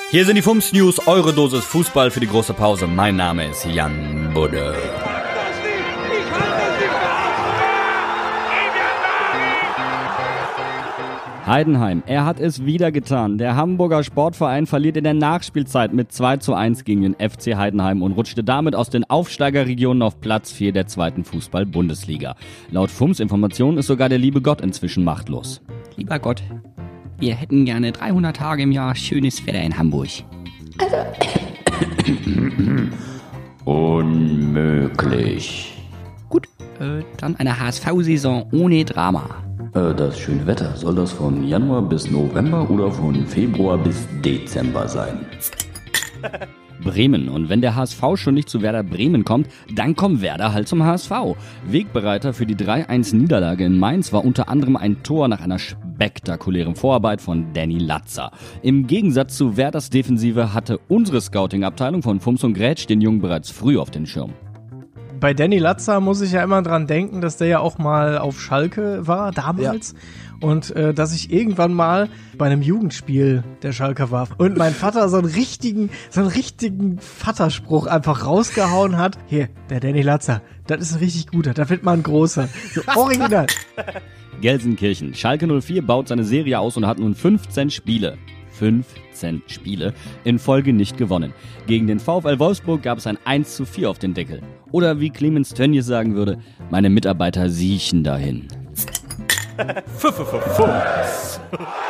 Hier sind die FUMS News, eure Dosis Fußball für die große Pause. Mein Name ist Jan Budde. Heidenheim, er hat es wieder getan. Der Hamburger Sportverein verliert in der Nachspielzeit mit 2:1 gegen den FC Heidenheim und rutschte damit aus den Aufsteigerregionen auf Platz 4 der zweiten Fußball-Bundesliga. Laut FUMS-Informationen ist sogar der liebe Gott inzwischen machtlos. Lieber Gott, wir hätten gerne 300 Tage im Jahr schönes Wetter in Hamburg. Unmöglich. Gut, dann eine HSV-Saison ohne Drama. Das schöne Wetter, soll das von Januar bis November oder von Februar bis Dezember sein? Bremen. Und wenn der HSV schon nicht zu Werder Bremen kommt, dann kommt Werder halt zum HSV. Wegbereiter für die 3-1-Niederlage in Mainz war unter anderem ein Tor nach einer spektakulären Vorarbeit von Danny Latza. Im Gegensatz zu Werders Defensive hatte unsere Scouting-Abteilung von FUMS und Grätsch den Jungen bereits früh auf den Schirm. Bei Danny Latza muss ich ja immer dran denken, dass der ja auch mal auf Schalke war, damals. Ja. Und dass ich irgendwann mal bei einem Jugendspiel der Schalker war. Und mein Vater so einen richtigen Vaterspruch einfach rausgehauen hat. Hier, der Danny Latza, das ist ein richtig guter, da wird mal ein großer. So original. Gelsenkirchen. Schalke 04 baut seine Serie aus und hat nun 15 Spiele in Folge nicht gewonnen. Gegen den VfL Wolfsburg gab es ein 1:4 auf den Deckel. Oder wie Clemens Tönnies sagen würde, meine Mitarbeiter siechen dahin.